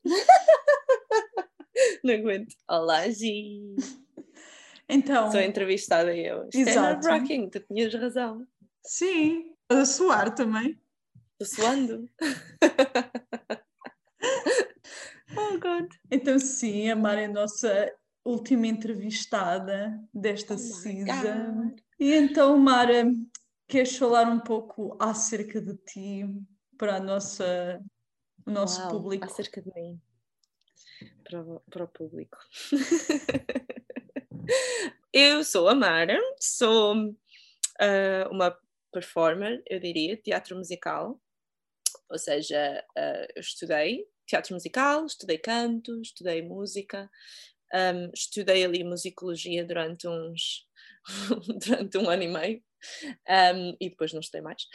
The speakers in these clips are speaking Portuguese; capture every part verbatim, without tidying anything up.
Não aguento. Olá, Gi. Então, sou entrevistada eu. Isto é nerve-wracking, tu tinhas razão. Sim, a suar também. Estou suando. Oh, God. Então, sim, a Mara é a nossa última entrevistada desta Oh, season. E então, Mara, queres falar um pouco acerca de ti para a nossa, o nosso Uau, público? Acerca de mim. Para o, para o público. Eu sou a Mara, sou uh, uma performer, eu diria, teatro musical. Ou seja, uh, eu estudei teatro musical, estudei canto, estudei música, um, estudei ali musicologia durante uns durante um ano e meio, um, e depois não estudei mais.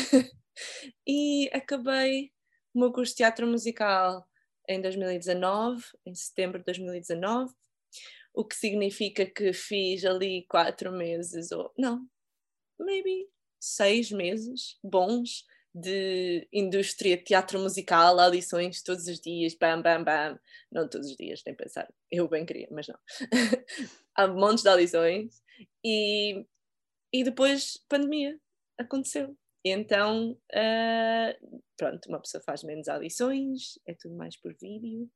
E acabei o meu curso de teatro musical em dois mil e dezanove, em setembro de dois mil e dezanove, o que significa que fiz ali quatro meses, ou não, maybe seis meses bons de indústria de teatro musical, audições todos os dias, bam, bam, bam. Não todos os dias, nem pensar. Eu bem queria, mas não. Há montes de audições e, e depois pandemia aconteceu. E então, uh, pronto, uma pessoa faz menos audições, é tudo mais por vídeo.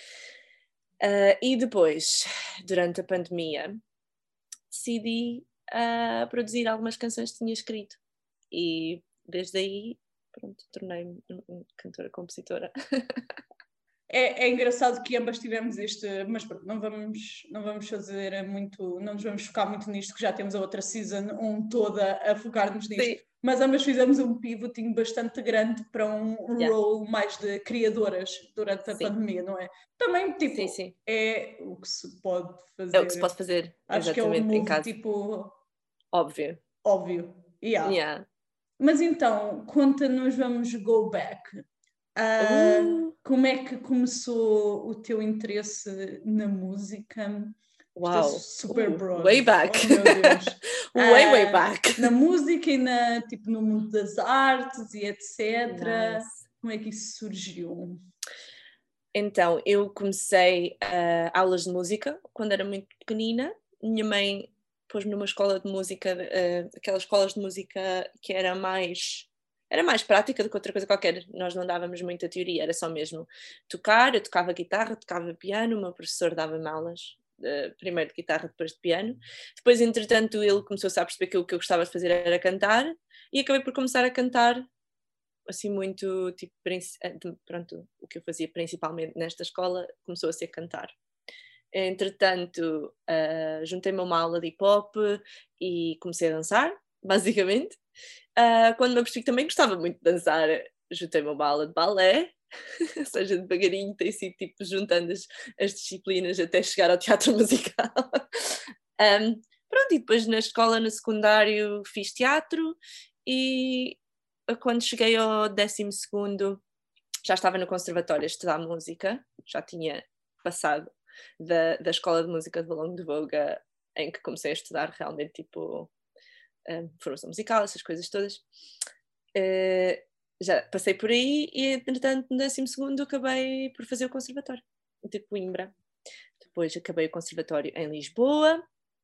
Uh, e depois, durante a pandemia, decidi uh, produzir algumas canções que tinha escrito. E desde aí, pronto, tornei-me cantora-compositora. É, é engraçado que ambas tivemos este, mas pronto, não vamos, não vamos fazer muito, não nos vamos focar muito nisto, que já temos a outra season um toda a focar-nos nisto. Sim. Mas ambas fizemos um pivoting bastante grande para um yeah. role mais de criadoras durante a sim. pandemia, não é? Também, tipo, sim, sim. é o que se pode fazer. É o que se pode fazer, acho exatamente, que é um move, em casa. Tipo, óbvio. Óbvio, yeah. yeah. Mas então, conta-nos, vamos go back. Uh, uh. Como é que começou o teu interesse na música? Uau, é super uh, broad. way back. Oh, meu Deus. way, uh, way back. Na música e na, tipo, no mundo das artes e etcétera. Nice. Como é que isso surgiu? Então, eu comecei uh, aulas de música quando era muito pequenina. Minha mãe pôs-me numa escola de música, uh, aquelas escolas de música que era mais... Era mais prática do que outra coisa qualquer. Nós não dávamos muita teoria, era só mesmo tocar. Eu tocava guitarra, tocava piano, o meu professor dava-me aulas, uh, primeiro de guitarra, depois de piano. Depois, entretanto, ele começou-se a perceber que o que eu gostava de fazer era cantar, e acabei por começar a cantar, assim muito, tipo, pronto, o que eu fazia principalmente nesta escola começou a ser cantar. Entretanto, uh, juntei-me a uma aula de hip-hop e comecei a dançar, basicamente. Uh, quando me apercebi que também gostava muito de dançar, juntei-me a uma aula de balé, ou seja, devagarinho tem sido tipo juntando as, as disciplinas até chegar ao teatro musical. um, pronto, e depois na escola, no secundário, fiz teatro, e quando cheguei ao décimo segundo já estava no conservatório a estudar música, já tinha passado da, da escola de música de Valongo de Voga, em que comecei a estudar realmente tipo um, formação musical, essas coisas todas. Uh, já passei por aí e, entretanto, no décimo segundo acabei por fazer o conservatório de Coimbra. Depois acabei o conservatório em Lisboa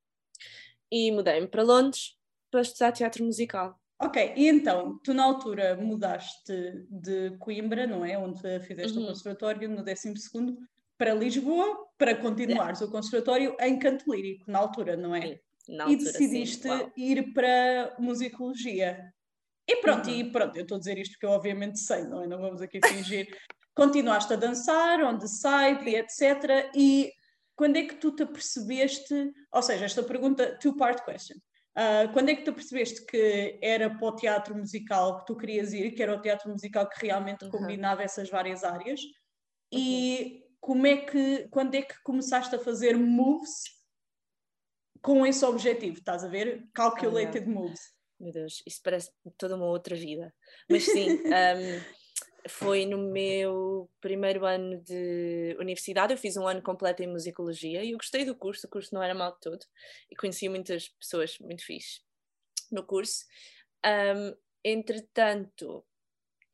e mudei-me para Londres para estudar teatro musical. Ok, e então, tu na altura mudaste de Coimbra, não é? Onde fizeste uhum. o conservatório no décimo segundo, para Lisboa, para continuares yeah. o conservatório em canto lírico, na altura, não é? Sim, na e altura, decidiste sim. ir para musicologia. E pronto, uhum. e pronto, eu estou a dizer isto porque eu obviamente sei, não é? Não vamos aqui fingir. Continuaste a dançar, on the side, e etcétera. E quando é que tu te apercebeste, ou seja, esta pergunta, two-part question, uh, quando é que tu percebeste que era para o teatro musical que tu querias ir, que era o teatro musical que realmente uhum. combinava essas várias áreas? Uhum. E como é que, quando é que começaste a fazer moves com esse objetivo, estás a ver? Calculated oh, yeah. moves. Meu Deus, isso parece toda uma outra vida. Mas sim, um, foi no meu primeiro ano de universidade, eu fiz um ano completo em musicologia e eu gostei do curso, o curso não era mal de todo e conheci muitas pessoas muito fixe no curso. Um, entretanto,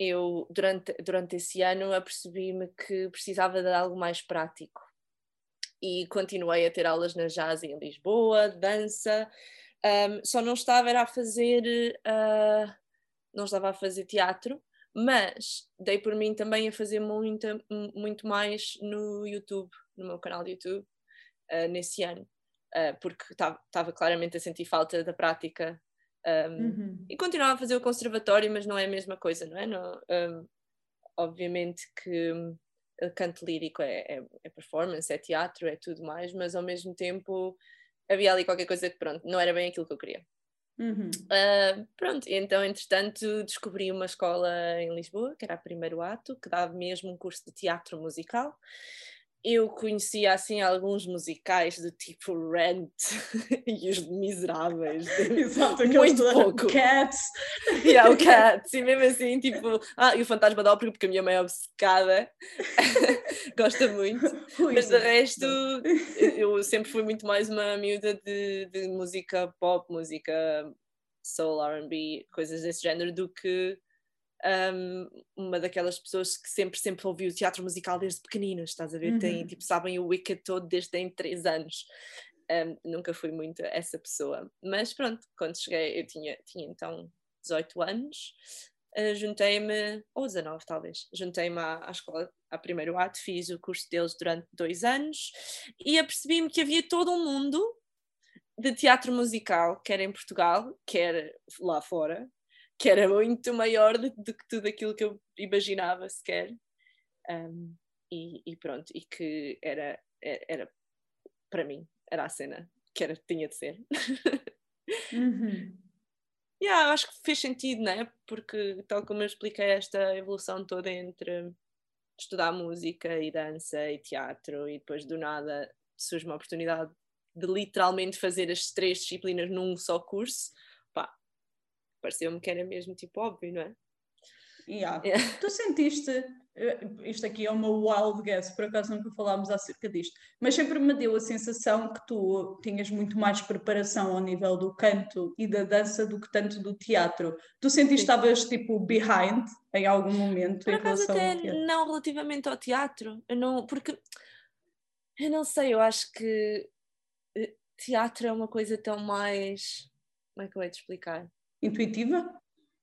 eu durante, durante esse ano apercebi-me que precisava de algo mais prático e continuei a ter aulas na jazz em Lisboa, dança, um, só não estava era a fazer uh, não estava a fazer teatro, mas dei por mim também a fazer muita, muito mais no YouTube, no meu canal de YouTube, uh, nesse ano, uh, porque estava claramente a sentir falta da prática. Um, uhum. E continuava a fazer o conservatório, mas não é a mesma coisa, não é? Não, um, obviamente que um, canto lírico é, é, é performance, é teatro, é tudo mais, mas ao mesmo tempo havia ali qualquer coisa que, pronto, não era bem aquilo que eu queria. Uhum. Uh, pronto, então entretanto descobri uma escola em Lisboa, que era a Primeiro Ato, que dava mesmo um curso de teatro musical. Eu conhecia assim alguns musicais do tipo Rent e Os Miseráveis, Exato, muito pouco. Cats. E yeah, o Cats, e mesmo assim, tipo, ah, e o Fantasma da Ópera, porque a minha mãe é obcecada, gosta muito, mas de resto eu sempre fui muito mais uma miúda de, de música pop, música soul, R and B, coisas desse género, do que um, uma daquelas pessoas que sempre, sempre ouviu teatro musical desde pequeninas, estás a ver? Uhum. Tem, tipo, sabem o Wicked todo desde tem três anos. Um, nunca fui muito essa pessoa. Mas pronto, quando cheguei, eu tinha, tinha então dezoito anos, uh, juntei-me, ou dezanove talvez, juntei-me à, à escola, à Primeiro Ato, fiz o curso deles durante dois anos e apercebi-me que havia todo um mundo de teatro musical, quer em Portugal, quer lá fora, que era muito maior do, do que tudo aquilo que eu imaginava sequer. Um, e, e pronto, e que era, era, para mim, era a cena que era, tinha de ser. Uhum. Yeah, acho que fez sentido, não é? Porque, tal como eu expliquei, esta evolução toda entre estudar música e dança e teatro, e depois do nada surge uma oportunidade de literalmente fazer as três disciplinas num só curso, pá, pareceu-me que era mesmo tipo óbvio, não é? Yeah. Yeah. Tu sentiste, isto aqui é uma wild guess, por acaso nunca falámos acerca disto, mas sempre me deu a sensação que tu tinhas muito mais preparação ao nível do canto e da dança do que tanto do teatro. Tu sentiste que estavas tipo behind em algum momento por em acaso relação até ao teatro? não relativamente ao teatro, eu não, porque eu não sei, eu acho que teatro é uma coisa tão mais, como é que eu hei de explicar? Intuitiva?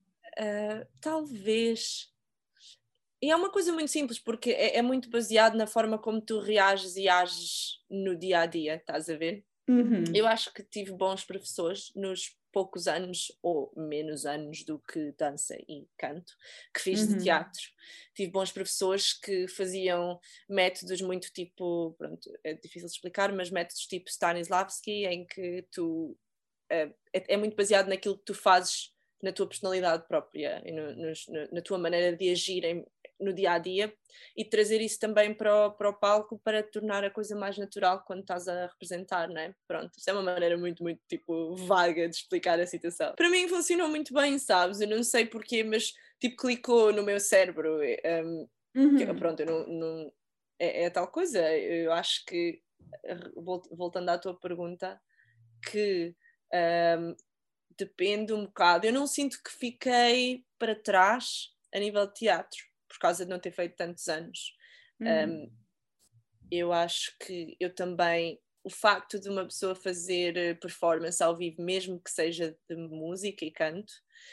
Uh, talvez. E é uma coisa muito simples, porque é, é muito baseado na forma como tu reages e ages no dia a dia, estás a ver? Uhum. Eu acho que tive bons professores nos poucos anos, ou menos anos do que dança e canto, que fiz uhum. de teatro. Tive bons professores que faziam métodos muito tipo, pronto, é difícil de explicar, mas métodos tipo Stanislavski, em que tu, é, é muito baseado naquilo que tu fazes na tua personalidade própria e no, no, na tua maneira de agir em, no dia a dia, e trazer isso também para o, para o palco para tornar a coisa mais natural quando estás a representar, não é? Pronto, isso é uma maneira muito, muito tipo vaga de explicar a situação. Para mim funcionou muito bem, sabes? Eu não sei porquê, mas tipo clicou no meu cérebro. Um, uhum. que, pronto, eu não, não é, é tal coisa. Eu acho que, voltando à tua pergunta, que um, depende um bocado. Eu não sinto que fiquei para trás a nível de teatro, por causa de não ter feito tantos anos. Uhum. Um, eu acho que eu também, o facto de uma pessoa fazer performance ao vivo, mesmo que seja de música e canto,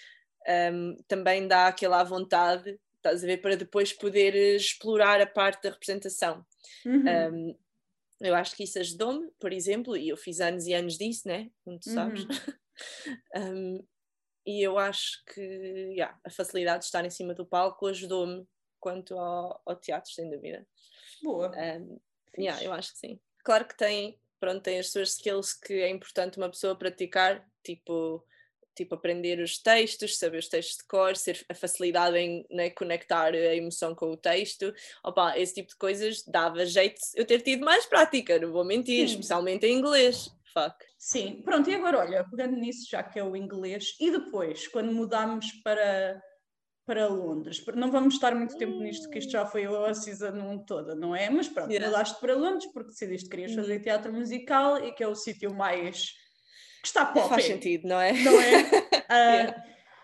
um, também dá aquela vontade, estás a ver, para depois poder explorar a parte da representação. Uhum. Um, eu acho que isso ajudou-me, por exemplo, e eu fiz anos e anos disso, né? Como tu sabes. Uhum. um, E eu acho que yeah, a facilidade de estar em cima do palco ajudou-me quanto ao, ao teatro, sem dúvida. Boa. Um, yeah, eu acho que sim. Claro que tem, pronto, tem as suas skills que é importante uma pessoa praticar, tipo, tipo aprender os textos, saber os textos de cor, ser a facilidade em, né, conectar a emoção com o texto. Opa, esse tipo de coisas dava jeito eu ter tido mais prática, não vou mentir, sim. Especialmente em inglês. Fuck. Sim, pronto, e agora olha, pegando nisso já que é o inglês, e depois, quando mudámos para, para Londres, não vamos estar muito tempo nisto, que isto já foi a season toda, não é? Mas pronto, yeah. Mudaste para Londres porque decidiste que querias uhum. fazer teatro musical e que é o sítio mais que está pop. Faz sentido, não é? Não é? uh, yeah.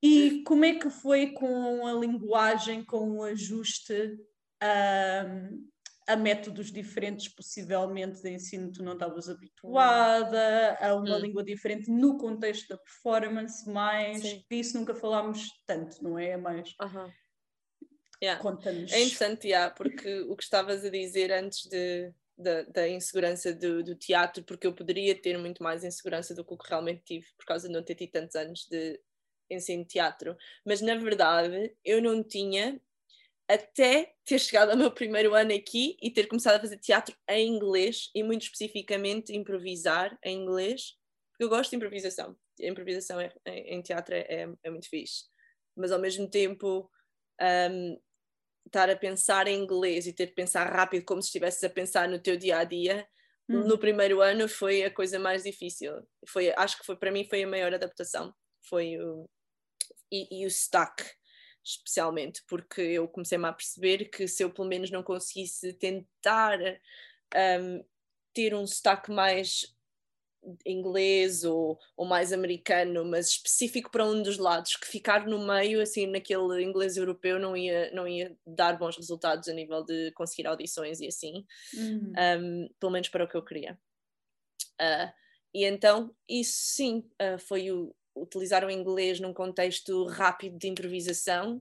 E como é que foi com a linguagem, com o ajuste a, a métodos diferentes, possivelmente, de ensino que tu não estavas habituada, a uma Hum. língua diferente no contexto da performance, mais Sim. disso nunca falámos tanto, não é? Mas Uhum. Yeah. conta-nos. É interessante, yeah, porque o que estavas a dizer antes de, da, da insegurança do, do teatro, porque eu poderia ter muito mais insegurança do que o que realmente tive, por causa de não ter tido tantos anos de ensino de teatro. Mas na verdade eu não tinha, até ter chegado ao meu primeiro ano aqui e ter começado a fazer teatro em inglês e muito especificamente improvisar em inglês, porque eu gosto de improvisação. A improvisação é, em teatro é, é, é muito fixe, mas ao mesmo tempo um, estar a pensar em inglês e ter de pensar rápido como se estivesses a pensar no teu dia a dia, Hum. no primeiro ano foi a coisa mais difícil. Foi, acho que foi, para mim foi a maior adaptação, foi o, e, e o sotaque especialmente, porque eu comecei-me a perceber que se eu pelo menos não conseguisse tentar um, ter um sotaque mais inglês ou, ou mais americano, mas específico para um dos lados, que ficar no meio, assim, naquele inglês europeu não ia, não ia dar bons resultados a nível de conseguir audições e assim, Uhum. um, pelo menos para o que eu queria. Uh, e então, isso sim, uh, foi o, utilizar o inglês num contexto rápido de improvisação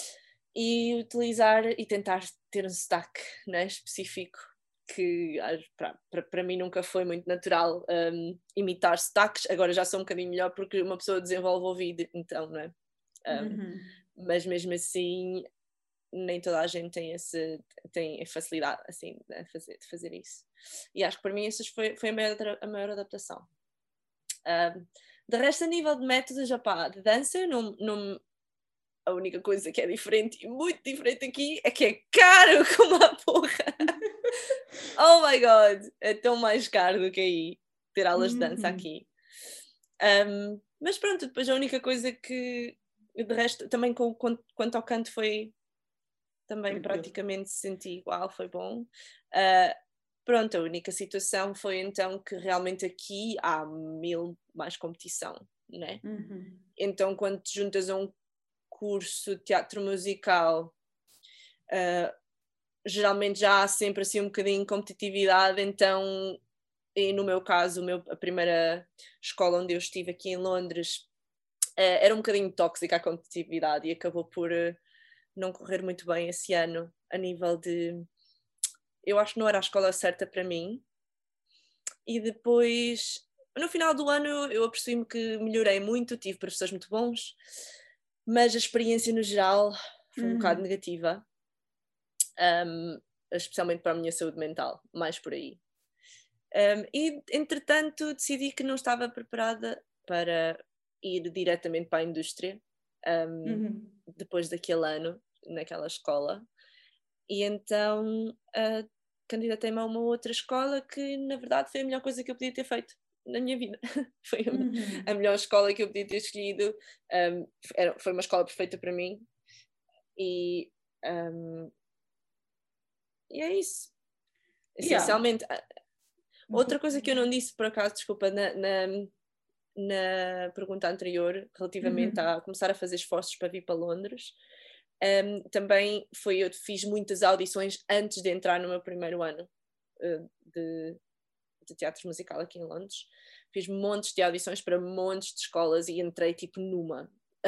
e utilizar e tentar ter um sotaque, né, específico, que para mim nunca foi muito natural um, imitar sotaques. Agora já sou um bocadinho melhor porque uma pessoa desenvolve o ouvido, então, não é? Um, uhum. Mas mesmo assim nem toda a gente tem, esse, tem a facilidade assim, de, fazer, de fazer isso. E acho que para mim essa foi, foi a, maior, a maior adaptação. Um, de resto, a nível de métodos, opá, de dança, não, não, a única coisa que é diferente e muito diferente aqui é que é caro como a porra. Oh my god, é tão mais caro do que aí ter aulas de dança Uhum. aqui. Um, mas pronto, depois a única coisa que de resto, também com, com, quanto ao canto foi também Tranquilo. praticamente senti igual, foi bom. Uh, pronto, a única situação foi então que realmente aqui há mil mais competição, né? Uhum. Então quando te juntas a um curso de teatro musical, uh, geralmente já há sempre assim um bocadinho de competitividade, então, e no meu caso, o meu, a primeira escola onde eu estive aqui em Londres uh, era um bocadinho tóxica a competitividade e acabou por uh, não correr muito bem esse ano, a nível de... Eu acho que não era a escola certa para mim. E depois, no final do ano, eu apercebi-me que melhorei muito, tive professores muito bons, mas a experiência no geral foi um uhum. bocado negativa. Um, especialmente para a minha saúde mental, mais por aí. Um, e, entretanto, decidi que não estava preparada para ir diretamente para a indústria um, Uhum. depois daquele ano, naquela escola. E então uh, candidatei-me a uma outra escola que, na verdade, foi a melhor coisa que eu podia ter feito na minha vida. Foi uma, uhum. a melhor escola que eu podia ter escolhido. Um, era, foi uma escola perfeita para mim. E... Um, E é isso. Essencialmente. Yeah. Outra coisa que eu não disse, por acaso, desculpa, na, na, na pergunta anterior, relativamente uhum. a começar a fazer esforços para vir para Londres, um, também foi, eu fiz muitas audições antes de entrar no meu primeiro ano uh, de, de teatro musical aqui em Londres. Fiz montes de audições para montes de escolas e entrei tipo numa.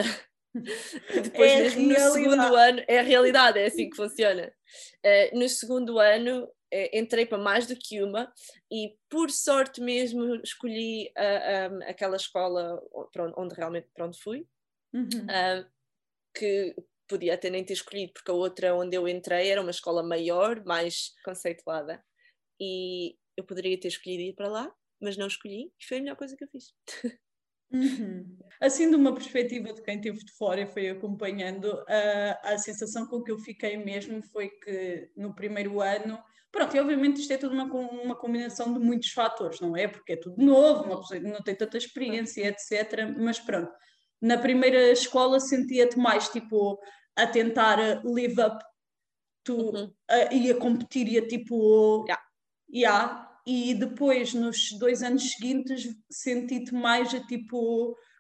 Depois, É mesmo no segundo ano, é a realidade, é assim que funciona. Uh, no segundo ano, uh, entrei para mais do que uma e, por sorte mesmo, escolhi uh, um, aquela escola onde, onde realmente pronto fui, uhum. uh, que podia até nem ter escolhido, porque a outra onde eu entrei era uma escola maior, mais conceituada, e eu poderia ter escolhido ir para lá, mas não escolhi, e foi a melhor coisa que eu fiz. Uhum. Assim, de uma perspectiva de quem esteve de fora e foi acompanhando, a, a sensação com que eu fiquei mesmo foi que no primeiro ano, pronto, e obviamente isto é tudo uma, uma combinação de muitos fatores, não é? Porque é tudo novo, uma pessoa não tem tanta experiência, etcétera. Mas pronto, na primeira escola sentia-te mais tipo a tentar live up to, Uhum. a, e a competir e a tipo. Yeah. Yeah. E depois, nos dois anos seguintes, senti-te mais a tipo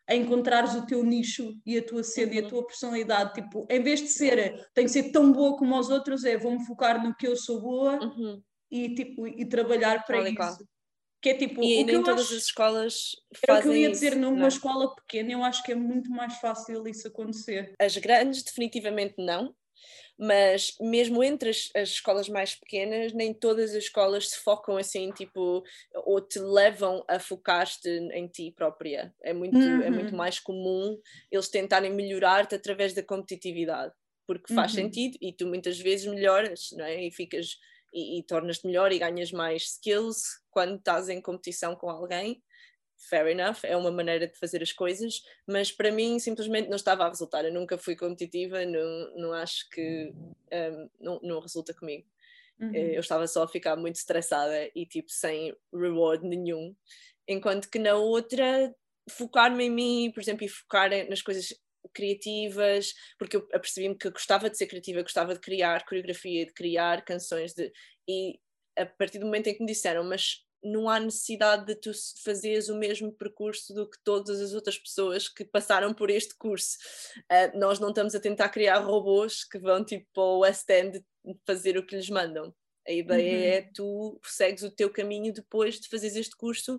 a encontrares o teu nicho e a tua cena, uhum, e a tua personalidade. Tipo, em vez de ser, tenho que ser tão boa como os outros, é vou-me focar no que eu sou boa, uhum, e, tipo, e trabalhar para isso. Qual. Que é tipo, e o que nem eu todas acho, as escolas fazem era o que eu ia dizer, isso, numa não é? escola pequena eu acho que é muito mais fácil isso acontecer. As grandes definitivamente não, mas mesmo entre as, as escolas mais pequenas, nem todas as escolas se focam assim, tipo, ou te levam a focar-te em ti própria. É muito, uhum, é muito mais comum eles tentarem melhorar-te através da competitividade, porque faz, uhum, sentido, e tu muitas vezes melhoras, não é? E ficas, e, e tornas-te melhor e ganhas mais skills quando estás em competição com alguém. Fair enough, é uma maneira de fazer as coisas, mas para mim simplesmente não estava a resultar. Eu nunca fui competitiva, não, não acho que um, não, não resulta comigo. Uhum. Eu estava só a ficar muito estressada e tipo sem reward nenhum, enquanto que na outra focar-me em mim, por exemplo, e focar nas coisas criativas, porque eu apercebi-me que gostava de ser criativa, gostava de criar coreografia, de criar canções, de, e a partir do momento em que me disseram, mas não há necessidade de tu fazeres o mesmo percurso do que todas as outras pessoas que passaram por este curso. Uh, nós não estamos a tentar criar robôs que vão tipo para o West End fazer o que lhes mandam. A ideia, uhum, é tu segues o teu caminho depois de fazeres este curso.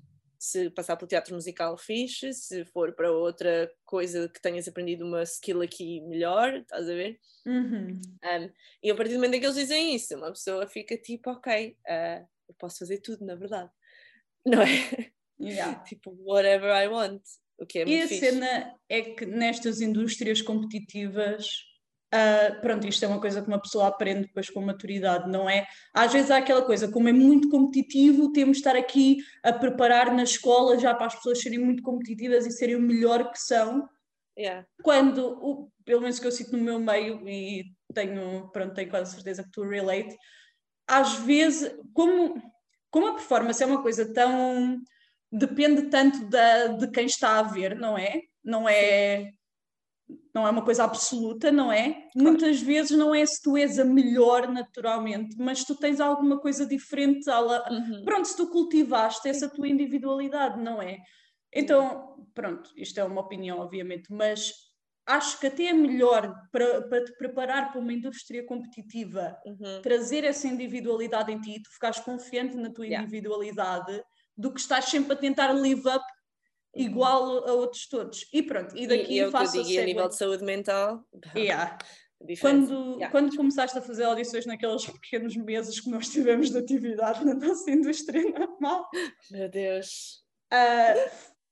Se passar pelo teatro musical, fixe. Se for para outra coisa que tenhas aprendido uma skill aqui melhor, estás a ver? Uhum. Um, e a partir do momento em que eles dizem isso, uma pessoa fica tipo, ok, uh, eu posso fazer tudo, na verdade. Não é? Yeah. Tipo, whatever I want. O que é muito e a fixe. cena é que nestas indústrias competitivas, uh, pronto, isto é uma coisa que uma pessoa aprende depois com maturidade, não é? Às vezes há aquela coisa, como é muito competitivo, temos de estar aqui a preparar na escola já para as pessoas serem muito competitivas e serem o melhor que são. Yeah. Quando, o, pelo menos que eu sinto no meu meio, e tenho, pronto, tenho quase certeza que tu relate, às vezes, como, como a performance é uma coisa tão... depende tanto da, de quem está a ver, não é? Não é, não é uma coisa absoluta, não é? Claro. Muitas vezes não é se tu és a melhor naturalmente, mas tu tens alguma coisa diferente. Ala... Uhum. Pronto, se tu cultivaste essa tua individualidade, não é? Então, pronto, isto é uma opinião, obviamente, mas acho que até é melhor para, para te preparar para uma indústria competitiva, uhum, trazer essa individualidade em ti e tu ficares confiante na tua yeah. individualidade, do que estás sempre a tentar live up uhum. igual a outros todos. E pronto, e daqui e, e é faço o que eu digo, a nível de saúde mental. Yeah. Quando, yeah, quando começaste a fazer audições naqueles pequenos meses que nós tivemos de atividade na nossa indústria normal. Meu Deus. Uh,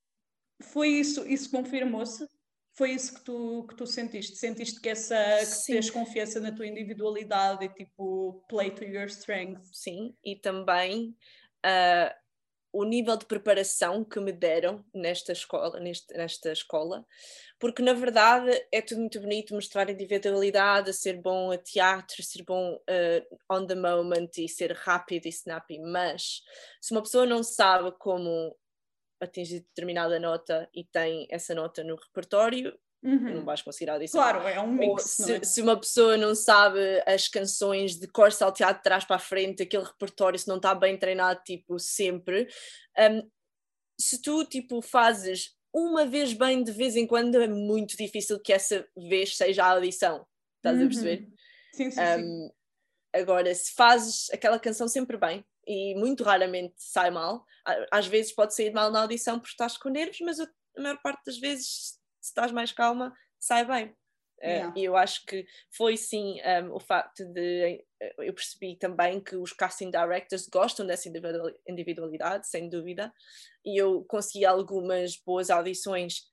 foi isso, isso confirmou-se? Foi isso que tu, que tu sentiste? Sentiste que, essa, que tens confiança na tua individualidade e tipo, play to your strength? Sim, e também uh, o nível de preparação que me deram nesta escola, neste, nesta escola, porque na verdade é tudo muito bonito mostrar individualidade, ser bom a teatro, ser bom uh, on the moment e ser rápido e snappy, mas se uma pessoa não sabe como atingir determinada nota e tem essa nota no repertório, uhum. não vais conseguir audicionar. Claro, é um mix. Ou se, não é? se uma pessoa não sabe as canções de cor salteado de trás para a frente, aquele repertório, se não está bem treinado, tipo, sempre, um, se tu, tipo, fazes uma vez bem de vez em quando, é muito difícil que essa vez seja a audição. Estás uhum. a perceber? Sim, sim, um, sim. Agora, se fazes aquela canção sempre bem, e muito raramente sai mal, às vezes pode sair mal na audição porque estás com nervos, mas a maior parte das vezes, se estás mais calma, sai bem. Yeah. Uh, e eu acho que foi sim um, o facto de uh, eu percebi também que os casting directors gostam dessa individualidade, sem dúvida, e eu consegui algumas boas audições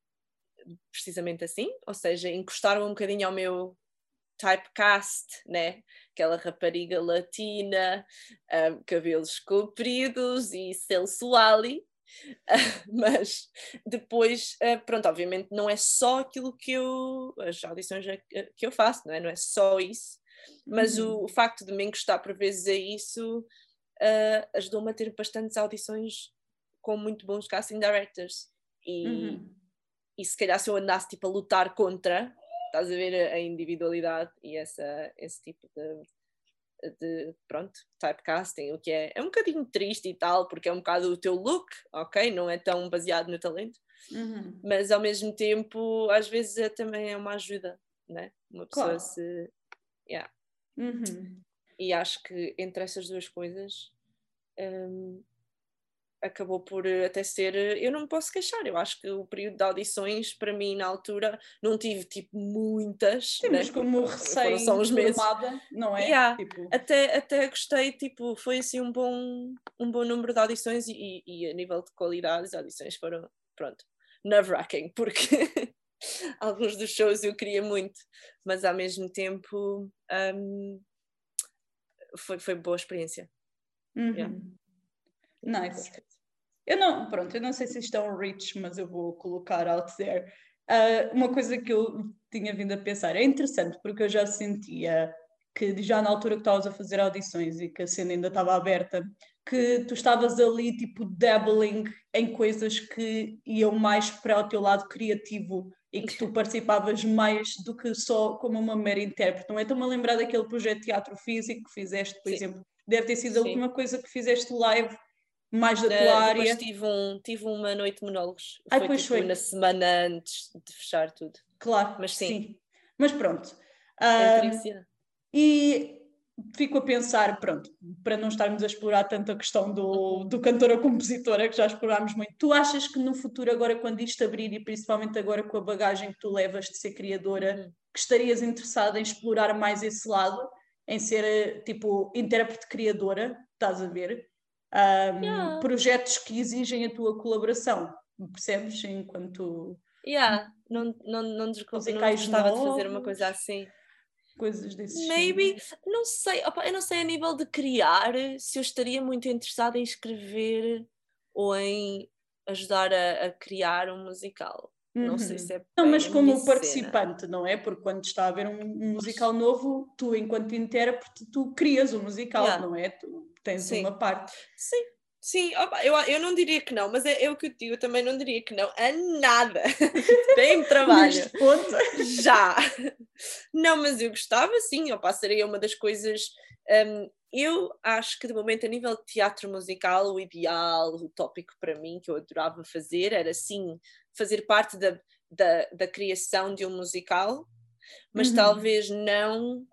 precisamente assim, ou seja, encostaram um bocadinho ao meu typecast, né? Aquela rapariga latina, um, cabelos compridos e sensuali, uh, mas depois, uh, pronto, obviamente não é só aquilo que eu, as audições que eu faço, não é? Não é só isso, mas uhum. o, o facto de me encostar por vezes a isso uh, ajudou-me a ter bastantes audições com muito bons casting directors e, uhum. e se calhar se eu andasse tipo a lutar contra, estás a ver a individualidade e essa, esse tipo de, de, pronto, typecasting, o que é, é um bocadinho triste e tal, porque é um bocado o teu look, ok? Não é tão baseado no talento, Uhum. Mas ao mesmo tempo, às vezes é, também é uma ajuda, né? Uma pessoa Claro. se... Yeah. Uhum. E acho que entre essas duas coisas um, acabou por até ser... Eu não me posso queixar, eu acho que o período de audições, para mim, na altura, não tive, tipo, muitas, Sim, né? mas como Porque também foram só uns meses. recém-formada, não é? Yeah. Tipo... Até, até gostei, tipo, foi assim um bom, um bom número de audições e, e a nível de qualidade as audições foram, pronto, nerve-wracking, porque alguns dos shows eu queria muito, mas ao mesmo tempo um, foi, foi boa experiência. Uhum. Yeah. Nice. Eu não, pronto, eu não sei se isto é um reach, mas eu vou colocar out there. Uh, uma coisa que eu tinha vindo a pensar, é interessante porque eu já sentia que já na altura que estavas a fazer audições e que a cena ainda estava aberta, que tu estavas ali tipo dabbling em coisas que iam mais para o teu lado criativo e que tu participavas mais do que só como uma mera intérprete. Não é? Estou-me a lembrar daquele projeto de teatro físico que fizeste, por Sim. exemplo. Deve ter sido a Sim. última coisa que fizeste live mais da tua Uh, área. depois tive, um, tive uma noite de monólogos. Ai, foi pois tipo foi. na semana antes de fechar tudo. Claro, Mas sim. sim. Mas pronto. É Um, e fico a pensar, pronto, para não estarmos a explorar tanto a questão do, Uhum. do cantor ou compositora, que já explorámos muito, tu achas que no futuro, agora quando isto abrir, e principalmente agora com a bagagem que tu levas de ser criadora, Uhum. que estarias interessada em explorar mais esse lado, em ser tipo intérprete criadora, estás a ver? Um, Yeah. Projetos que exigem a tua colaboração, percebes? Enquanto Yeah. Não, não, não, desgo- não musicais gostava de fazer uma novos, coisa assim. coisas desse Maybe, género. não sei, opa, eu não sei a nível de criar se eu estaria muito interessada em escrever ou em ajudar a, a criar um musical. Uhum. Não sei se é Não, bem mas a minha como cena. participante, não é? Porque quando está a haver um, um musical novo, tu, enquanto intérprete, tu crias o musical, Yeah. não é? Tu tens Sim. uma parte. Sim, sim, opa, eu, eu não diria que não, mas é, é o que eu digo, eu também não diria que não a nada. Bem trabalho. Neste ponto. Já. Não, mas eu gostava, sim, eu passaria uma das coisas. Um, eu acho que de momento, a nível de teatro musical, o ideal, o tópico para mim que eu adorava fazer era sim fazer parte da, da, da criação de um musical, mas Uhum. talvez não.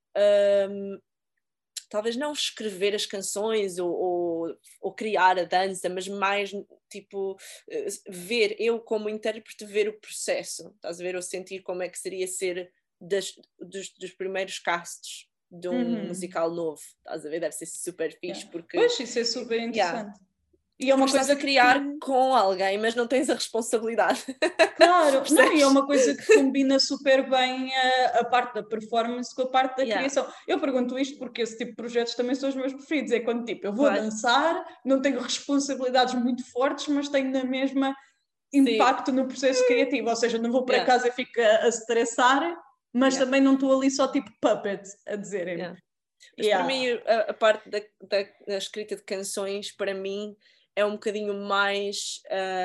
Um, talvez não escrever as canções ou, ou, ou criar a dança, mas mais tipo ver, eu como intérprete, ver o processo, estás a ver, ou sentir como é que seria ser das, dos, dos primeiros casts de um Uhum. musical novo, estás a ver, deve ser super fixe, Yeah. porque... Pois, isso é super interessante. Yeah. E é uma Porque coisa estás a criar que... com alguém, mas não tens a responsabilidade. Claro, não, e é uma coisa que combina super bem a, a parte da performance com a parte da Yeah. criação. Eu pergunto isto porque esse tipo de projetos também são os meus preferidos. É quando tipo, eu vou Claro. dançar, não tenho responsabilidades muito fortes, mas tenho na mesma impacto Sim. no processo criativo. Ou seja, não vou para Yeah. casa e fico a, a estressar, mas Yeah. também não estou ali só tipo puppet a dizerem. Yeah. Mas Yeah. para mim a, a parte da, da, da escrita de canções, para mim, é um bocadinho mais,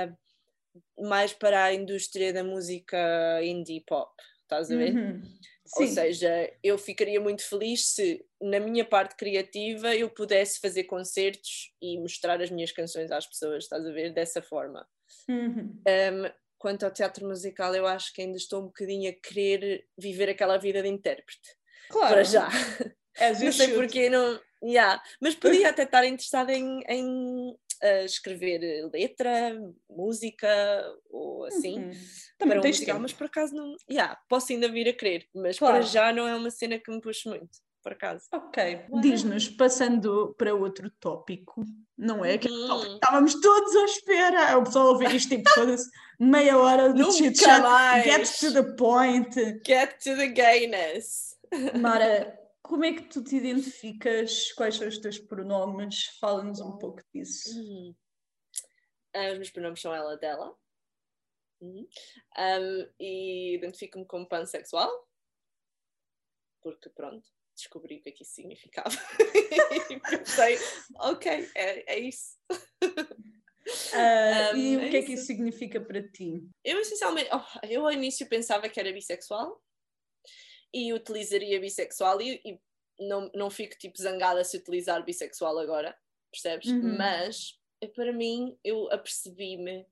uh, mais para a indústria da música indie pop, estás a ver? Uhum. Ou Sim. seja, eu ficaria muito feliz se na minha parte criativa eu pudesse fazer concertos e mostrar as minhas canções às pessoas, estás a ver? Dessa forma. Uhum. Um, quanto ao teatro musical, eu acho que ainda estou um bocadinho a querer viver aquela vida de intérprete. Claro. Para já. As não sei porque não. Yeah. Mas podia até estar interessada em, em uh, escrever letra, música ou assim uhum. Também para um tens musical, tempo. mas por acaso não. Yeah, posso ainda vir a querer, mas Claro. para já não é uma cena que me puxe muito, por acaso. Ok, diz-nos, passando para outro tópico, não é? Que uhum. tópico que estávamos todos à espera. O pessoal ouvir isto tipo, foda-se, meia hora de chit-chat. Get to the point. Get to the gayness. Mara, como é que tu te identificas? Quais são os teus pronomes? Fala-nos um pouco disso. Uhum. Os meus pronomes são ela, dela. Uhum. Um, e identifico-me como pansexual. Porque, pronto, descobri o que é que isso significava. E pensei, ok, é, é isso. Uh, um, e o é que isso. é que isso significa para ti? Eu, essencialmente, oh, eu ao início pensava que era bissexual e utilizaria bissexual e, e não, não fico tipo zangada se utilizar bissexual agora, percebes? Uhum. Mas, para mim, eu apercebi-me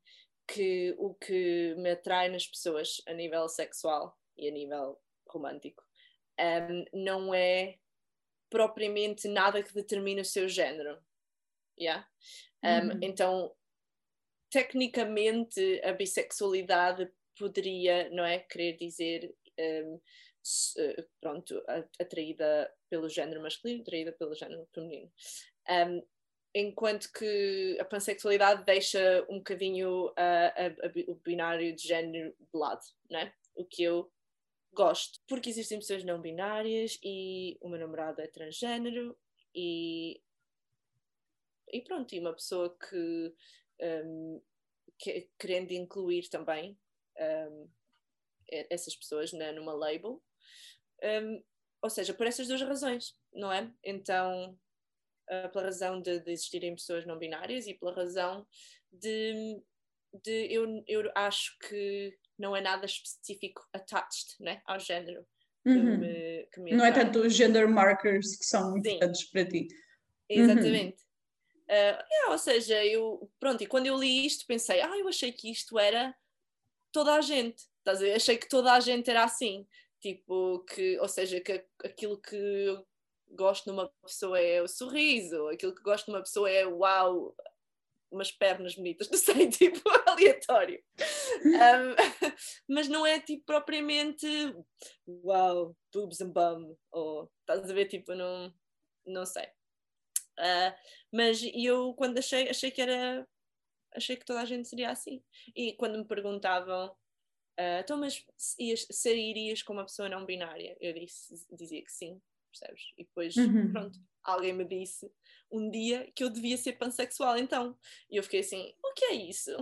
que o que me atrai nas pessoas a nível sexual e a nível romântico um, não é propriamente nada que determine o seu género. Yeah? Um, Uhum. Então, tecnicamente, a bissexualidade poderia, não é, querer dizer um, pronto, atraída pelo género masculino, atraída pelo género feminino. Um, enquanto que a pansexualidade deixa um bocadinho uh, a, a, o binário de género de lado, não é? O que eu gosto, porque existem pessoas não binárias e o meu namorado é transgénero e, e pronto, e uma pessoa que, um, que querendo incluir também um, essas pessoas na, numa label, um, ou seja, por essas duas razões, não é? Então, uh, pela razão de, de existirem pessoas não binárias e pela razão de, de eu, eu acho que não é nada específico attached, né, ao género que, Uhum. me, que me Não é atrai. tanto os gender markers que são Sim, importantes para ti. exatamente. Uhum. Uh, yeah, ou seja, eu, pronto, e quando eu li isto pensei, ah, eu achei que isto era toda a gente, estás a ver? Achei que toda a gente era assim, tipo, que, ou seja, que aquilo que eu gosto numa pessoa é o sorriso, aquilo que gosto numa pessoa é uau, umas pernas bonitas, não sei, tipo, aleatório. Um, mas não é tipo propriamente uau, boobs and bum, ou estás a ver, tipo, não, não sei. Uh, mas eu quando achei, achei que era, achei que toda a gente seria assim. E quando me perguntavam, uh, então, mas ias, sairias com uma pessoa não binária? Eu disse, dizia que sim, percebes? E depois, Uhum. pronto, alguém me disse um dia que eu devia ser pansexual, então. E eu fiquei assim, o que é isso?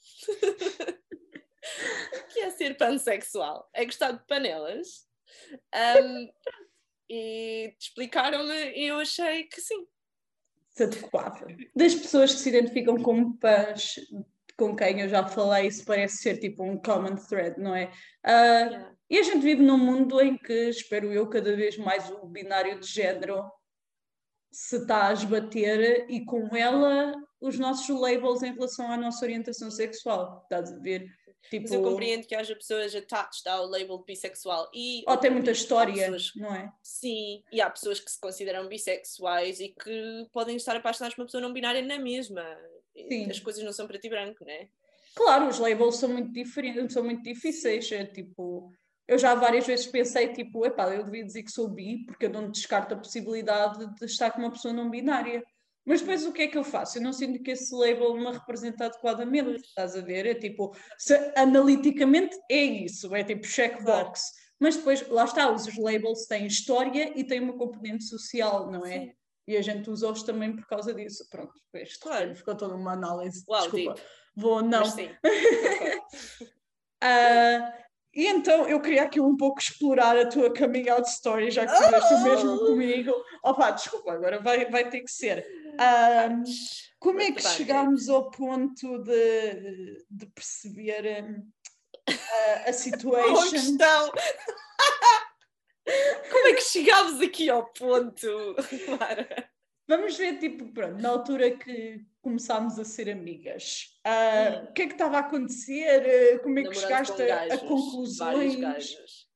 O que é ser pansexual? É gostar de panelas? Um, e explicaram-me e eu achei que sim. Se adequava. Das pessoas que se identificam como pans, com quem eu já falei, isso parece ser tipo um common thread, não é? Uh, Yeah. E a gente vive num mundo em que, espero eu, cada vez mais o binário de género se está a esbater e com ela os nossos labels em relação à nossa orientação sexual. Estás a ver? Tipo, mas eu compreendo que haja pessoas attached ao label de bissexual e ou tem outra muita vez, história, pessoas, não é? sim, e há pessoas que se consideram bissexuais e que podem estar apaixonadas por uma pessoa não binária na mesma. Sim. As coisas não são preto e branco, não é? Claro, os labels são muito diferentes, são muito difíceis. É, tipo, eu já várias vezes pensei, tipo, epá, eu devia dizer que sou bi, porque eu não descarto a possibilidade de estar com uma pessoa não binária. Mas depois o que é que eu faço? Eu não sinto que esse label me representa adequadamente, Pois. estás a ver? É tipo, se, analiticamente é isso, é tipo checkbox. Claro. Mas depois, lá está, os labels têm história e têm uma componente social, não é? Sim. E a gente usa-os também por causa disso. Pronto, depois de Claro. repente ficou toda uma análise. Uau, Desculpa, tipo. vou, não. Mas sim, concordo. Uh, e então eu queria aqui um pouco explorar a tua coming out story, já que fizeste o mesmo comigo. Opa, desculpa, agora vai, vai ter que ser. Um, como é que chegámos ao ponto de, de perceber um, a, a situation? Boa questão! Como é que chegámos aqui ao ponto, Lara? Vamos ver, tipo, pronto, na altura que começámos a ser amigas, uh, Hum. o que é que estava a acontecer? Uh, como é que Namorando chegaste com a, a gajos, vários conclusões? gajos.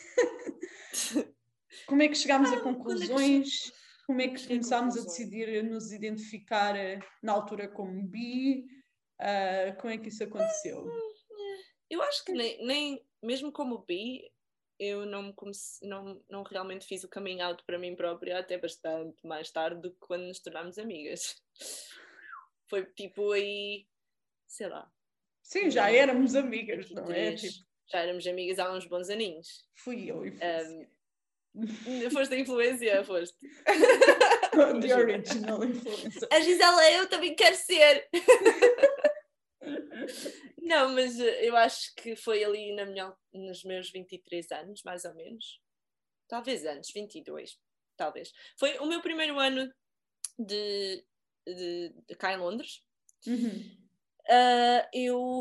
Como é que chegámos a Ah, quando é que conclusões? che- Como é quando que cheguei a começámos a conclusões? decidir nos identificar uh, na altura como bi? Uh, como é que isso aconteceu? Eu acho que nem, nem mesmo como bi, eu não, comece, não, não realmente fiz o coming out para mim própria até bastante mais tarde do que quando nos tornámos amigas. Foi tipo aí, sei lá, Sim, já em éramos amigas, vinte e não é? três Tipo, já éramos amigas há uns bons aninhos. fui eu e fui. Um, foste a influência, foste. The original influencer. A Gisela, eu também quero ser. Não, mas eu acho que foi ali na minha, nos meus vinte e três anos, mais ou menos. Talvez antes, vinte e dois, talvez. Foi o meu primeiro ano de, de, de cá em Londres. Uhum. Uh, eu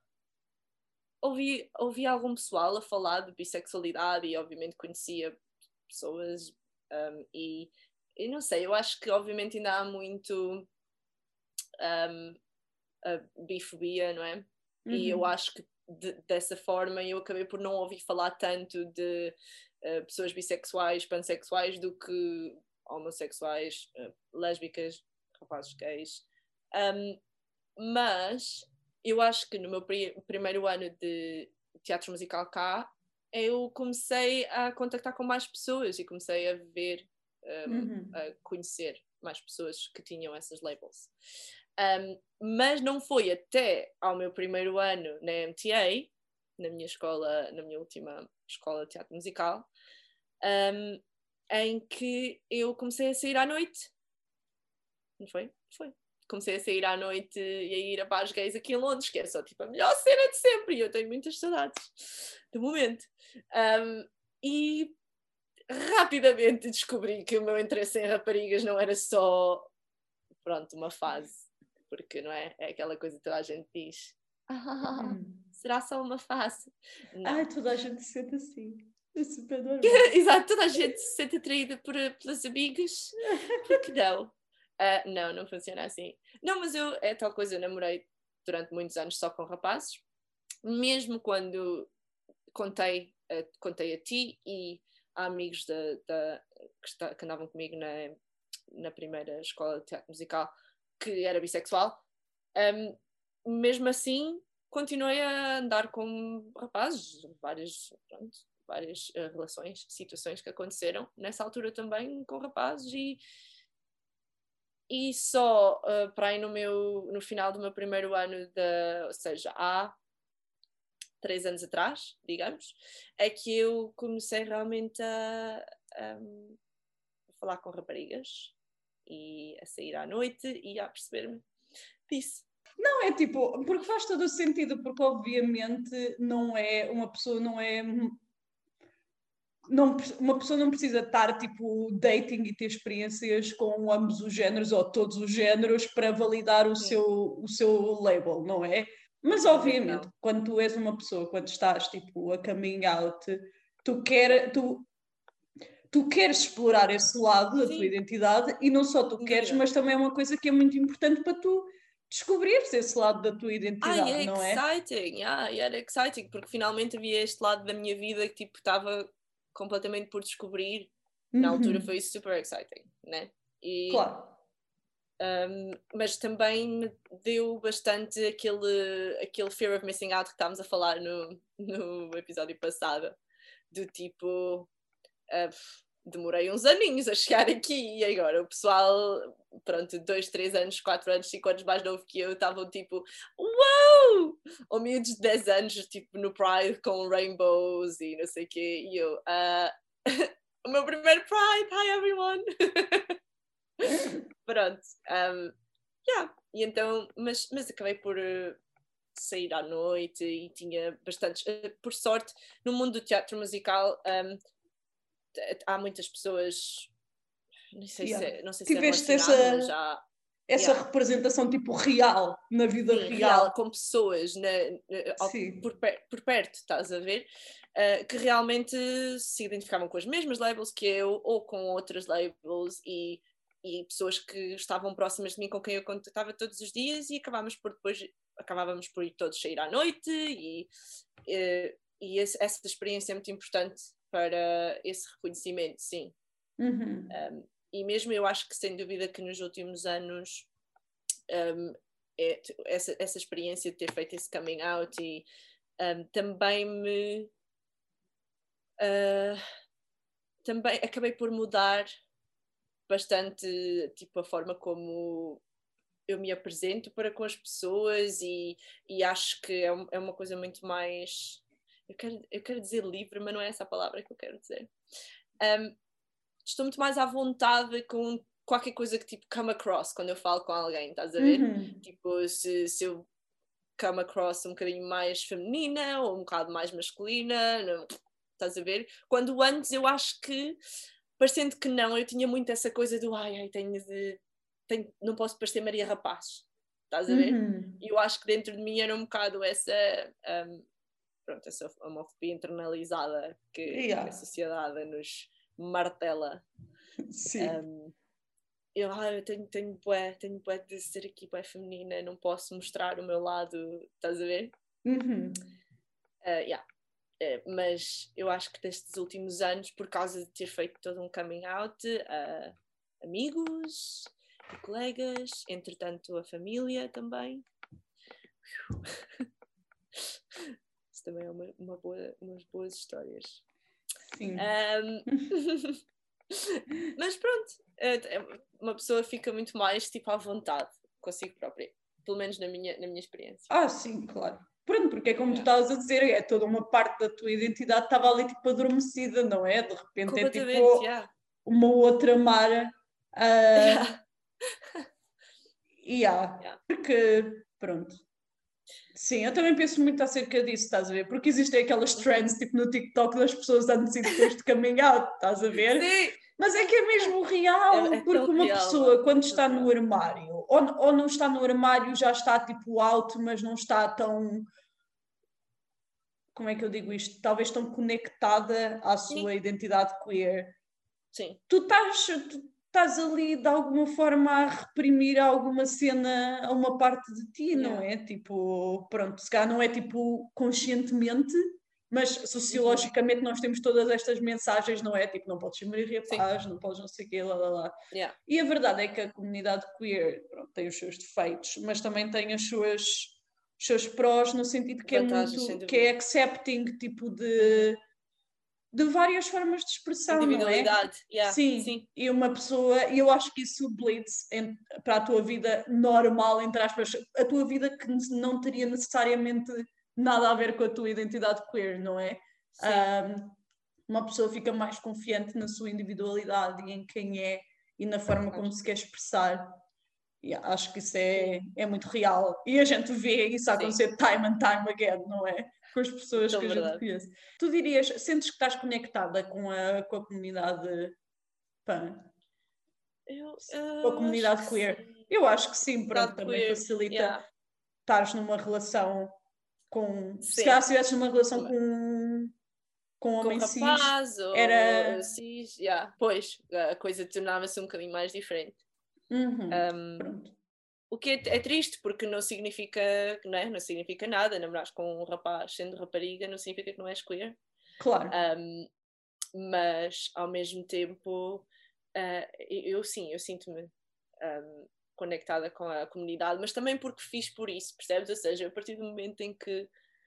ouvi, ouvi algum pessoal a falar de bissexualidade e obviamente conhecia pessoas um, e, e não sei, eu acho que obviamente ainda há muito um, a bifobia, não é? Uhum. E eu acho que de, dessa forma eu acabei por não ouvir falar tanto de uh, pessoas bissexuais, pansexuais, do que homossexuais, uh, lésbicas, rapazes gays. Um, mas eu acho que no meu pri- primeiro ano de teatro musical cá, eu comecei a contactar com mais pessoas e comecei a ver, um, uhum. a conhecer mais pessoas que tinham essas labels. Um, mas não foi até ao meu primeiro ano na M T A, na minha escola, na minha última escola de teatro musical, um, em que eu comecei a sair à noite. Não foi? Foi. Comecei a sair à noite e a ir a bares gays aqui em Londres, que é só tipo a melhor cena de sempre, e eu tenho muitas saudades do momento. Um, e rapidamente descobri que o meu interesse em raparigas não era só, pronto, uma fase, porque não é? É aquela coisa que toda a gente diz. Ah, hum. Será só uma fase? Não. Ai, toda a gente se sente assim. É super normal. Exato, toda a gente se sente atraída por, pelas amigas, porque não? Uh, não, não funciona assim. Não, mas eu, é tal coisa, eu namorei durante muitos anos só com rapazes, mesmo quando contei, uh, contei a ti e a amigos da, da, que, está, que andavam comigo na, na primeira escola de teatro musical, que era bissexual, um, mesmo assim continuei a andar com rapazes, várias, pronto, várias uh, relações, situações que aconteceram nessa altura também com rapazes e E só uh, para aí no, meu, no final do meu primeiro ano, de, ou seja, há três anos atrás, digamos, é que eu comecei realmente a, a, a falar com raparigas e a sair à noite e a perceber-me disso. Não, é tipo, porque faz todo o sentido, porque obviamente não é, uma pessoa não é... Não, uma pessoa não precisa estar tipo dating e ter experiências com ambos os géneros ou todos os géneros para validar o, seu, o seu label, não é? Mas obviamente, não. Quando tu és uma pessoa, quando estás tipo a coming out, tu, quer, tu, tu queres explorar esse lado da Sim. tua identidade e não só tu queres, mas também é uma coisa que é muito importante para tu descobrires esse lado da tua identidade, ah, é não é? exciting, yeah, era exciting, porque finalmente havia este lado da minha vida que tipo estava completamente por descobrir. Na uhum. altura foi super exciting, né? E, claro. Um, mas também me deu bastante aquele, aquele fear of missing out que estávamos a falar no, no episódio passado, do tipo, uh, demorei uns aninhos a chegar aqui e agora o pessoal, pronto, dois, três anos, quatro anos, cinco anos mais novo que eu, estavam tipo, uau! Ou miúdos de dez anos, tipo, no Pride com rainbows e não sei o quê, e eu, uh, o meu primeiro Pride, hi everyone! Pronto, um, yeah. E então, mas, mas acabei por uh, sair à noite e tinha bastantes, uh, por sorte, no mundo do teatro musical um, há muitas pessoas, não sei, yeah. se, não sei se é relacionado, essa, mas já... Essa yeah. representação tipo real, na vida Sim, real. real, com pessoas na, na, ao, por, per, por perto, estás a ver? Uh, que realmente se identificavam com as mesmas labels que eu, ou com outras labels e e pessoas que estavam próximas de mim com quem eu contactava todos os dias e acabávamos por depois acabávamos por ir todos sair à noite e, e, e esse, essa experiência é muito importante para esse reconhecimento, sim. Uhum. Um, e mesmo eu acho que sem dúvida que nos últimos anos um, é, essa, essa experiência de ter feito esse coming out e um, também me uh, também acabei por mudar bastante tipo a forma como eu me apresento para com as pessoas e, e acho que é, é uma coisa muito mais eu quero, eu quero dizer livre, mas não é essa a palavra que eu quero dizer. Um, estou muito mais à vontade com qualquer coisa que tipo come across quando eu falo com alguém, estás a ver? Uhum. Tipo, se, se eu come across um bocadinho mais feminina ou um bocado mais masculina, não, estás a ver? Quando antes eu acho que parecendo que não, eu tinha muito essa coisa do ai, ai, tenho de tenho, não posso parecer Maria Rapaz, estás a ver? Uhum. E eu acho que dentro de mim era um bocado essa um, pronto, essa homofobia internalizada que, yeah. que a sociedade nos martela. Sim. Um, eu, ah, eu tenho, tenho bué, tenho bué de ser aqui bué feminina, não posso mostrar o meu lado, estás a ver? Uhum. Uh, yeah. uh, mas eu acho que destes últimos anos, por causa de ter feito todo um coming out, uh, amigos, colegas, entretanto a família também. Isso também é uma, uma boa, umas boas histórias. Sim. Um... Mas pronto, uma pessoa fica muito mais tipo à vontade consigo própria, pelo menos na minha, na minha experiência. Ah, sim, claro. Pronto, porque é como yeah. tu estavas a dizer, é toda uma parte da tua identidade estava ali tipo adormecida, não é? De repente é tipo yeah. uma outra Mara. Uh... Yeah. Yeah. Yeah. Porque, pronto. Sim, eu também penso muito acerca disso, estás a ver? Porque existem aquelas trends, tipo no TikTok, das pessoas antes e depois de coming out, estás a ver? Sim. Mas é que é mesmo real, é, é porque uma real, pessoa mano. Quando está no armário, ou, ou não está no armário, já está tipo alto, mas não está tão... Como é que eu digo isto? Talvez tão conectada à sua Sim. identidade queer. Sim. Tu estás... Tu, estás ali de alguma forma a reprimir alguma cena a uma parte de ti, yeah. não é? Tipo, pronto, se calhar não é tipo conscientemente, mas sociologicamente uhum. nós temos todas estas mensagens, não é? Tipo, não podes ser Maria Paz, não podes não sei o quê, lá, lá, lá. Yeah. E a verdade é que a comunidade queer pronto, tem os seus defeitos, mas também tem as suas, os seus prós, no sentido que Vantagens, é muito, que é accepting, tipo de... de várias formas de expressão, não é? Yeah, sim, sim, e uma pessoa, e eu acho que isso bleeds em, para a tua vida normal, entre aspas, a tua vida que não teria necessariamente nada a ver com a tua identidade queer, não é? Um, uma pessoa fica mais confiante na sua individualidade e em quem é e na forma como se quer expressar. E acho que isso é, é muito real. E a gente vê isso acontecer sim. time and time again, não é? Com as pessoas então, que a verdade. gente conhece. Tu dirias, sentes que estás conectada com a, com a comunidade pan? Eu, com a comunidade queer? Sim. Eu acho que sim, pronto, também queer. facilita yeah. estares numa relação com... Sim. Se calhar se estivesses numa relação com... com homem com rapaz cis, ou era... cis, yeah. Pois, a coisa tornava-se um bocadinho mais diferente. Uhum. Um, pronto. O que é, é triste, porque não significa, não, é? Não significa nada. Namorares com um rapaz sendo rapariga não significa que não és queer. Claro. Um, mas, ao mesmo tempo, uh, eu, eu sim, eu sinto-me um, conectada com a comunidade, mas também porque fiz por isso, percebes? Ou seja, a partir do momento em que,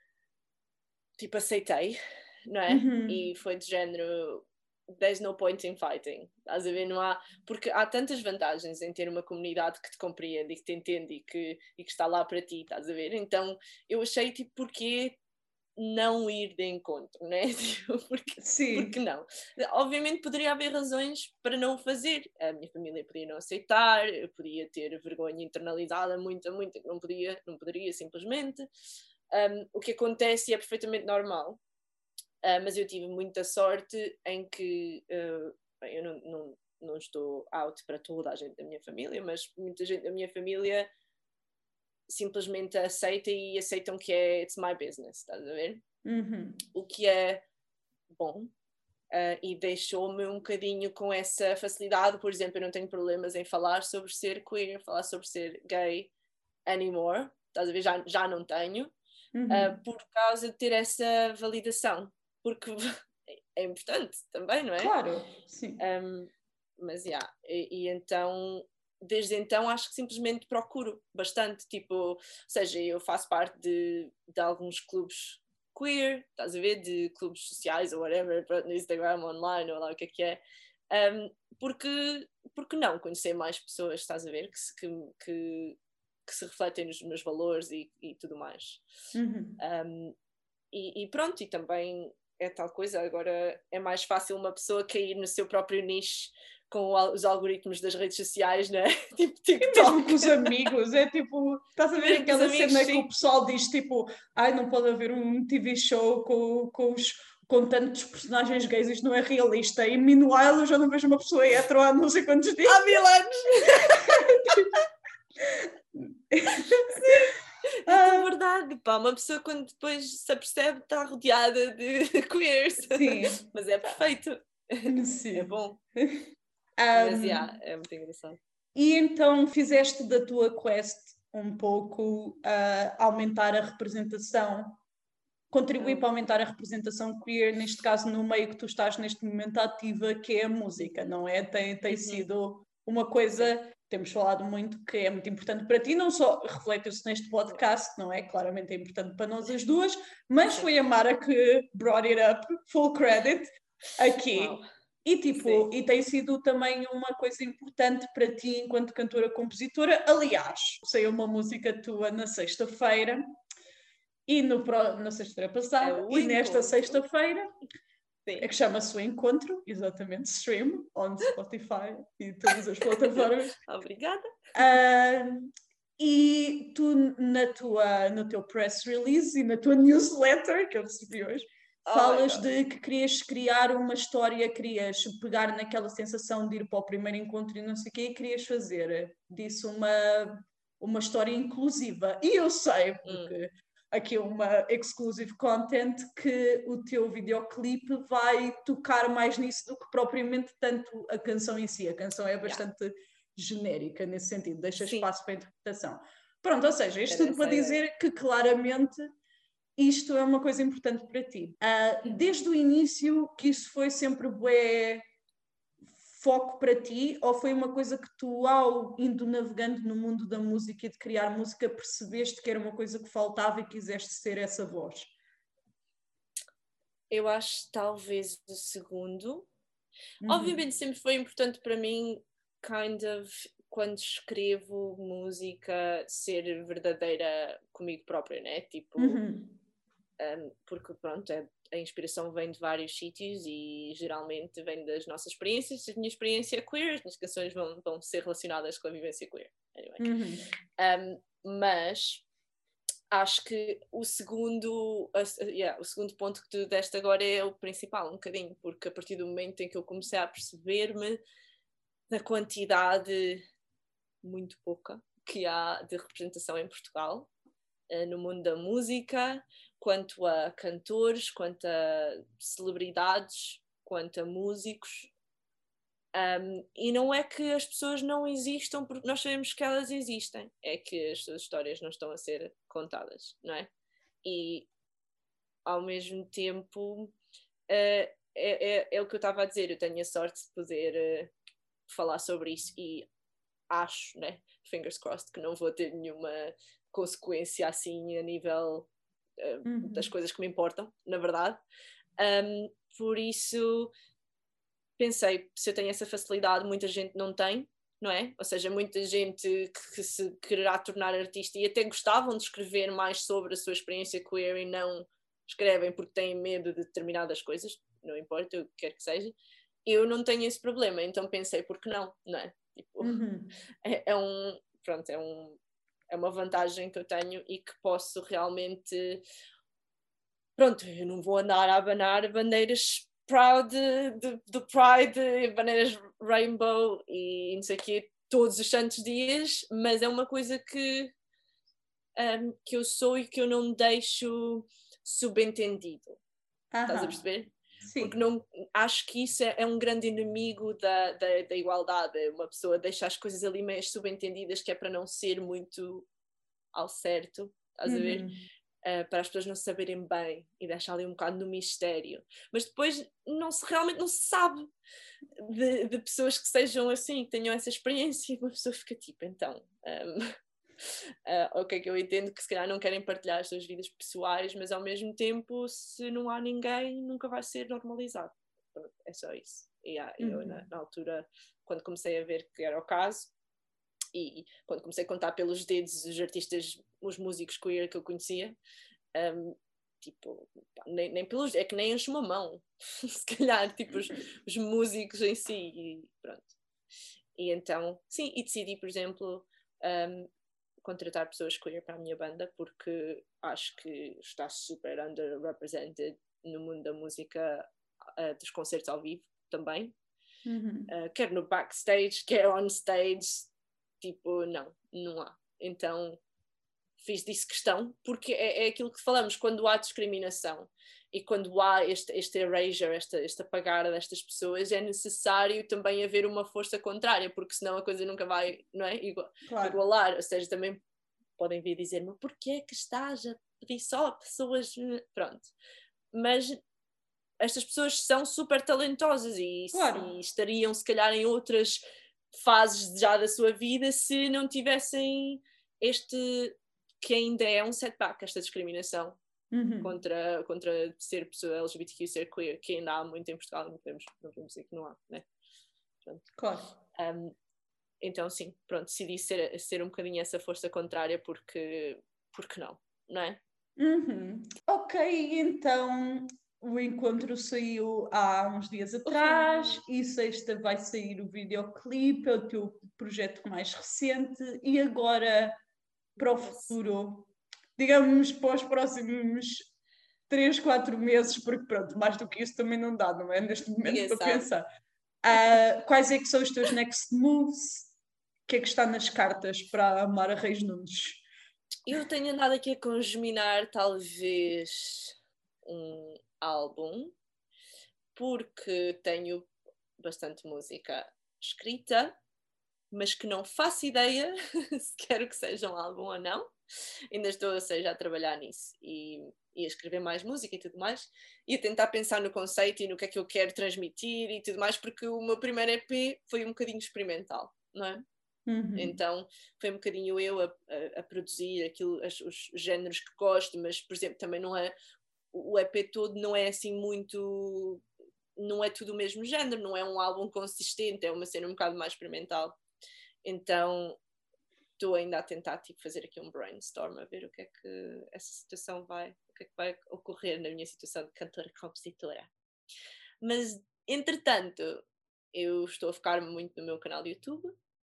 tipo, aceitei, não é? Uhum. E foi de género... There's no point in fighting, estás a ver? Não há, porque há tantas vantagens em ter uma comunidade que te compreende e que te entende e que, e que está lá para ti, estás a ver? Então eu achei, tipo, porquê não ir de encontro, né? porque, Sim. porque não? Obviamente poderia haver razões para não o fazer. A minha família podia não aceitar, eu podia ter vergonha internalizada, muita, muita, não podia, não poderia simplesmente. Um, o que acontece é perfeitamente normal. Uh, mas eu tive muita sorte em que uh, bem, eu não, não, não estou out para toda a gente da minha família, mas muita gente da minha família simplesmente aceita e aceitam que é it's my business, estás a ver? Uhum. O que é bom uh, e deixou-me um bocadinho com essa facilidade. Por exemplo, eu não tenho problemas em falar sobre ser queer, falar sobre ser gay anymore, estás a ver? Já, já não tenho, uhum. uh, por causa de ter essa validação. Porque é importante também, não é? Claro, sim. Um, mas, já, yeah, e, e então, desde então, acho que simplesmente procuro bastante, tipo, ou seja, eu faço parte de, de alguns clubes queer, estás a ver, de clubes sociais ou whatever, no Instagram, online, ou lá o que é que é, um, porque, porque não conhecer mais pessoas, estás a ver, que se, que, que, que se refletem nos meus valores e, e tudo mais. Uhum. Um, e, e pronto, e também é tal coisa, agora é mais fácil uma pessoa cair no seu próprio nicho com os algoritmos das redes sociais, não é? Tipo TikTok. E mesmo com os amigos, é tipo, estás a ver aquela amigos, cena sim. que o pessoal diz tipo, ai, não pode haver um T V show com, com, os, com tantos personagens gays, isto não é realista. E meanwhile eu já não vejo uma pessoa hetero há não sei quantos dias. Há mil anos! Sim! É verdade, pá, uma pessoa quando depois se apercebe está rodeada de queers. Sim. Mas é perfeito. Sim. É bom. Um, Mas, yeah, é muito engraçado. E então fizeste da tua quest um pouco uh, aumentar a representação, contribuir para aumentar a representação queer, neste caso no meio que tu estás neste momento ativa, que é a música, não é? Tem, tem uhum. sido uma coisa, temos falado muito, que é muito importante para ti, não só reflete-se neste podcast, não é? Claramente é importante para nós as duas, mas foi a Mara que brought it up, full credit, aqui. Wow. E, tipo, e tem sido também uma coisa importante para ti enquanto cantora-compositora. Aliás, saiu uma música tua na sexta-feira, e no, na sexta-feira passada, é e nesta sexta-feira, é que chama-se O Encontro, exatamente, stream, on Spotify e todas as plataformas. Obrigada. Uh, e tu, na tua, no teu press release e na tua newsletter, que eu recebi hoje, oh falas de que querias criar uma história, querias pegar naquela sensação de ir para o primeiro encontro e não sei o quê, e querias fazer disso uma, uma história inclusiva. E eu sei, porque... Hum. Aqui uma exclusive content, que o teu videoclipe vai tocar mais nisso do que propriamente tanto a canção em si. A canção é bastante yeah. genérica nesse sentido, deixa Sim. espaço para a interpretação. Pronto, ou seja, isto tudo para dizer que claramente isto é uma coisa importante para ti. Uh, desde o início que isso foi sempre bué foco para ti, ou foi uma coisa que tu, ao indo navegando no mundo da música e de criar música, percebeste que era uma coisa que faltava e quiseste ser essa voz? Eu acho talvez o segundo. Uhum. Obviamente sempre foi importante para mim, kind of, quando escrevo música, ser verdadeira comigo própria, né? Tipo, uhum. um, porque pronto, é, a inspiração vem de vários sítios e geralmente vem das nossas experiências. A minha experiência é queer, as minhas canções vão, vão ser relacionadas com a vivência queer. Anyway. Uhum. Um, mas acho que o segundo, uh, yeah, o segundo ponto que tu deste agora é o principal, um bocadinho, porque a partir do momento em que eu comecei a perceber-me da quantidade muito pouca que há de representação em Portugal, uh, no mundo da música, quanto a cantores, quanto a celebridades, quanto a músicos. Um, e não é que as pessoas não existam porque nós sabemos que elas existem, é que as suas histórias não estão a ser contadas, não é? E ao mesmo tempo uh, é, é, é o que eu estava a dizer, eu tenho a sorte de poder uh, falar sobre isso e acho, né, fingers crossed, que não vou ter nenhuma consequência assim a nível uh, uhum. das coisas que me importam, na verdade. Um, por isso pensei, se eu tenho essa facilidade, muita gente não tem, não é? Ou seja, muita gente que se quererá tornar artista e até gostavam de escrever mais sobre a sua experiência queer e não escrevem porque têm medo de determinadas coisas, não importa o que quer que seja. Eu não tenho esse problema, então pensei, por que não, não é? Tipo, uhum. é, é um, pronto, é um, é uma vantagem que eu tenho e que posso realmente, pronto, eu não vou andar a abanar bandeiras proud do Pride, bandeiras rainbow e não sei o quê, todos os santos dias, mas é uma coisa que, um, que eu sou e que eu não deixo subentendido. Uh-huh. Estás a perceber? Sim. Porque não, acho que isso é, é um grande inimigo da, da, da igualdade. Uma pessoa deixa as coisas ali meio subentendidas, que é para não ser muito ao certo, estás uhum. a ver? Uh, para as pessoas não saberem bem e deixar ali um bocado no mistério. Mas depois não se, realmente não se sabe de, de pessoas que sejam assim, que tenham essa experiência, e uma pessoa fica tipo, então... Um, Uh, ok, que eu entendo que se calhar não querem partilhar as suas vidas pessoais, mas ao mesmo tempo, se não há ninguém, nunca vai ser normalizado. É só isso. E ah, eu, uhum. na, na altura, quando comecei a ver que era o caso, e quando comecei a contar pelos dedos os artistas, os músicos queer que eu conhecia, um, tipo, nem, nem pelos, é que nem encho uma mão, se calhar, tipo, os, os músicos em si, e pronto. E então, sim, e decidi, por exemplo, um, contratar pessoas queer para a minha banda porque acho que está super underrepresented no mundo da música, uh, dos concertos ao vivo também, uhum. uh, quer no backstage, quer on stage, tipo, não, não há. Então fiz disso questão, porque é, é aquilo que falamos, quando há discriminação e quando há este, este erasure, esta, esta apagada destas pessoas, é necessário também haver uma força contrária, porque senão a coisa nunca vai, não é, igual, claro. igualar, ou seja, também podem vir dizer-me porquê é que estás a pedir só a pessoas, pronto, mas estas pessoas são super talentosas e, Claro. e estariam se calhar em outras fases já da sua vida se não tivessem este, que ainda é um setback, esta discriminação Uhum. contra, contra ser pessoa L G B T Q, ser queer, que ainda há muito em Portugal, não podemos, não podemos dizer que não há, né? Pronto. Claro. Um, então sim, pronto, decidi ser, ser um bocadinho essa força contrária porque, porque não, não é? Uhum. Ok, então o encontro saiu há uns dias atrás Uhum. e sexta vai sair o videoclipe, é o teu projeto mais recente e agora para o futuro, digamos para os próximos três, quatro meses, porque pronto, mais do que isso também não dá, não é? Neste momento Ninguém para sabe. pensar. Uh, quais é que são os teus next moves? O que é que está nas cartas para a Mara Reis Nunes? Eu tenho andado aqui a congeminar talvez um álbum, porque tenho bastante música escrita, mas que não faço ideia se quero que seja um álbum ou não. Ainda estou, ou seja, a trabalhar nisso e, e a escrever mais música e tudo mais, e a tentar pensar no conceito e no que é que eu quero transmitir e tudo mais, porque o meu primeiro E P foi um bocadinho experimental, não é? Uhum. Então foi um bocadinho eu a, a, a produzir aquilo, as, os géneros que gosto, mas por exemplo também não é, o E P todo não é assim muito, não é tudo o mesmo género, não é um álbum consistente, é uma cena um bocado mais experimental. Então estou ainda a tentar tipo, fazer aqui um brainstorm, a ver o que é que essa situação vai, o que é que vai ocorrer na minha situação de cantora-compositora. Mas entretanto eu estou a focar muito no meu canal de YouTube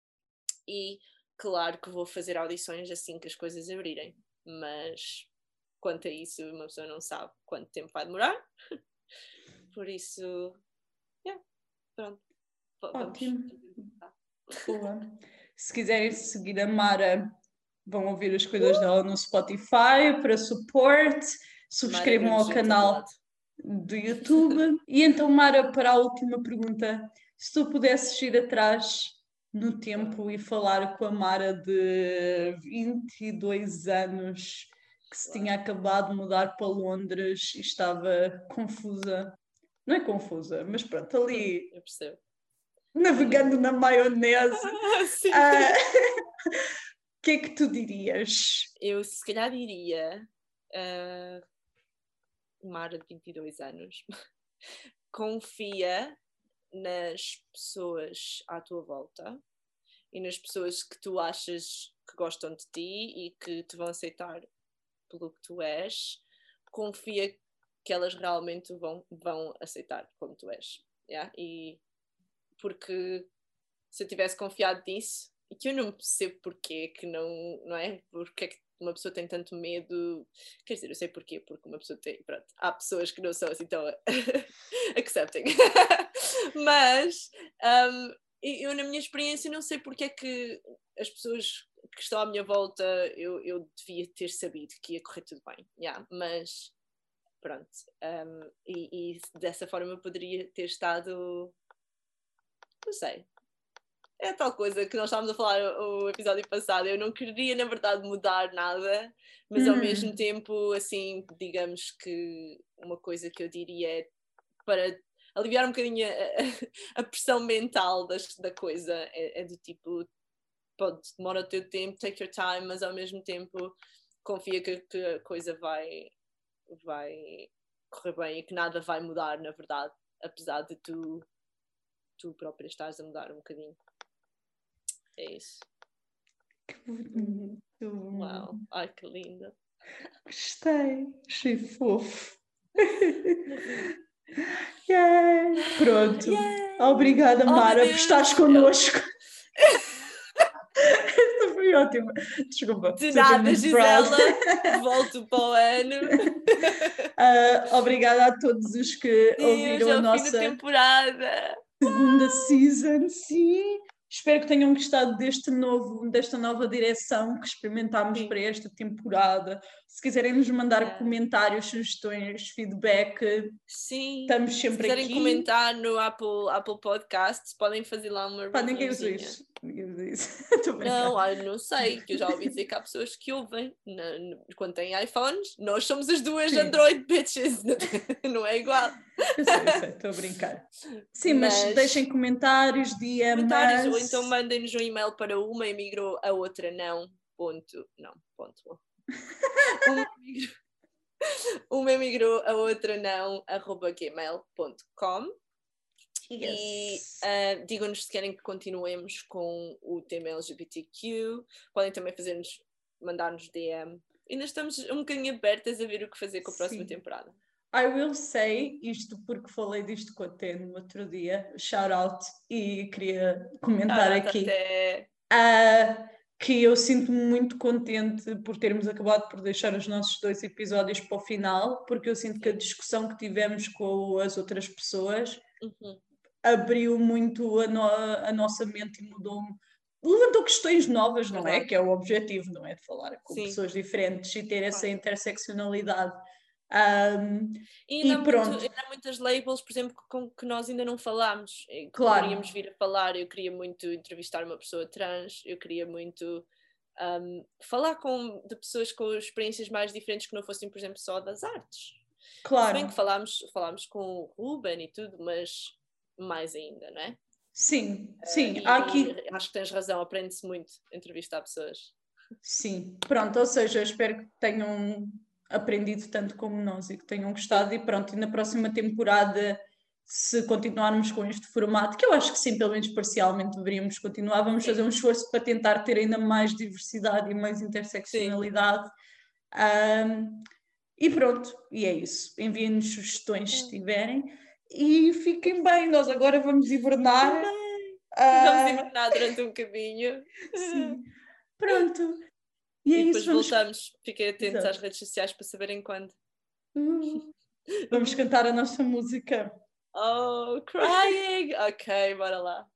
e claro que vou fazer audições assim que as coisas abrirem, mas quanto a isso uma pessoa não sabe quanto tempo vai demorar, por isso, yeah, pronto. Ótimo. Vamos. Boa. Se quiserem seguir a Mara, vão ouvir as coisas dela no Spotify para suporte, subscrevam ao canal do YouTube. E então, Mara, para a última pergunta, se tu pudesses ir atrás no tempo e falar com a Mara de vinte e dois anos, que se tinha acabado de mudar para Londres e estava confusa, não é confusa, mas pronto, ali eu percebo, navegando na maionese, o uh, que é que tu dirias? Eu se calhar diria uh, Mara de vinte e dois anos, confia nas pessoas à tua volta e nas pessoas que tu achas que gostam de ti e que te vão aceitar pelo que tu és, confia que elas realmente vão, vão aceitar como tu és. Yeah? E porque se eu tivesse confiado nisso, e que eu não percebo porquê, que não, não é? Porque é que uma pessoa tem tanto medo, quer dizer, eu sei porquê, porque uma pessoa tem, pronto, há pessoas que não são assim tão accepting, mas um, eu na minha experiência não sei porque é que as pessoas que estão à minha volta eu, eu devia ter sabido que ia correr tudo bem, yeah, mas pronto, um, e, e dessa forma eu poderia ter estado, não sei, é a tal coisa que nós estávamos a falar o episódio passado, eu não queria na verdade mudar nada, mas ao Uhum. mesmo tempo, assim, digamos que uma coisa que eu diria é para aliviar um bocadinho a, a pressão mental das, da coisa, é, é do tipo, pode demorar o teu tempo, take your time, mas ao mesmo tempo confia que, que a coisa vai, vai correr bem e que nada vai mudar, na verdade, apesar de tu, tu própria estás a mudar um bocadinho. É isso. Que bonito. Uau, ai que linda. Gostei, achei fofo. Yeah. Pronto. Yeah. Obrigada, Mara, oh, por estares connosco. Esta foi ótima. Desculpa. De nada, Gisela. Volto para o ano. Uh, obrigada a todos os que Deus, ouviram a nossa temporada. segunda season. Sim. Espero que tenham gostado deste novo, desta nova direção que experimentámos Sim. para esta temporada. Se quiserem nos mandar é. comentários, sugestões, feedback, Sim. estamos sempre aqui. Se quiserem aqui. comentar no Apple, Apple Podcasts, podem fazer lá uma Pá, ninguém usa isso. comigo disso. Não, ah, não sei, que eu já ouvi dizer que há pessoas que ouvem na, no, quando têm iPhones, nós somos as duas Sim. Android bitches, não é igual. Eu sei, eu sei, estou a brincar. Sim, mas, mas deixem comentários, D Ms. Comentários, ou então mandem-nos um e-mail para uma emigrou, a outra não, ponto, não, ponto. uma, emigrou, uma emigrou, a outra não, arroba gmail ponto com. Yes. E uh, digam-nos se querem que continuemos com o tema L G B T Q, podem também fazer-nos, mandar-nos D M. Ainda estamos um bocadinho abertas a ver o que fazer com a próxima Sim. temporada. I will say isto porque falei disto com a T no outro dia, shout out, e queria comentar shout aqui até... uh, que eu sinto-me muito contente por termos acabado por deixar os nossos dois episódios para o final, porque eu sinto Sim. que a discussão que tivemos com as outras pessoas uhum. abriu muito a, no, a nossa mente e mudou, levantou questões novas, não é? Que é o objetivo, não é? De falar com Sim. pessoas diferentes e ter essa interseccionalidade. Um, e ainda, e pronto. Muito, ainda há muitas labels, por exemplo, com que nós ainda não falámos, que claro. Poderíamos vir a falar. Eu queria muito entrevistar uma pessoa trans, eu queria muito um, falar com, de pessoas com experiências mais diferentes que não fossem, por exemplo, só das artes. Claro. Se bem que falámos, falámos com o Ruben e tudo, mas mais ainda, não é? Sim, sim. Uh, e, há aqui... e acho que tens razão, aprende-se muito a entrevistar pessoas. Sim, pronto, ou seja, espero que tenham aprendido tanto como nós e que tenham gostado e pronto, e na próxima temporada, se continuarmos com este formato, que eu acho que sim, pelo menos parcialmente deveríamos continuar, vamos fazer um esforço para tentar ter ainda mais diversidade e mais interseccionalidade. Um, e pronto, e é isso. Enviem-nos sugestões se tiverem e fiquem bem, nós agora vamos hibernar. Vamos hibernar durante um bocadinho. Sim, pronto. E, é e depois isso, vamos... voltamos. Fiquem atentos Exato. às redes sociais para saberem quando. Uh, vamos cantar a nossa música. Oh, crying! Ok, bora lá.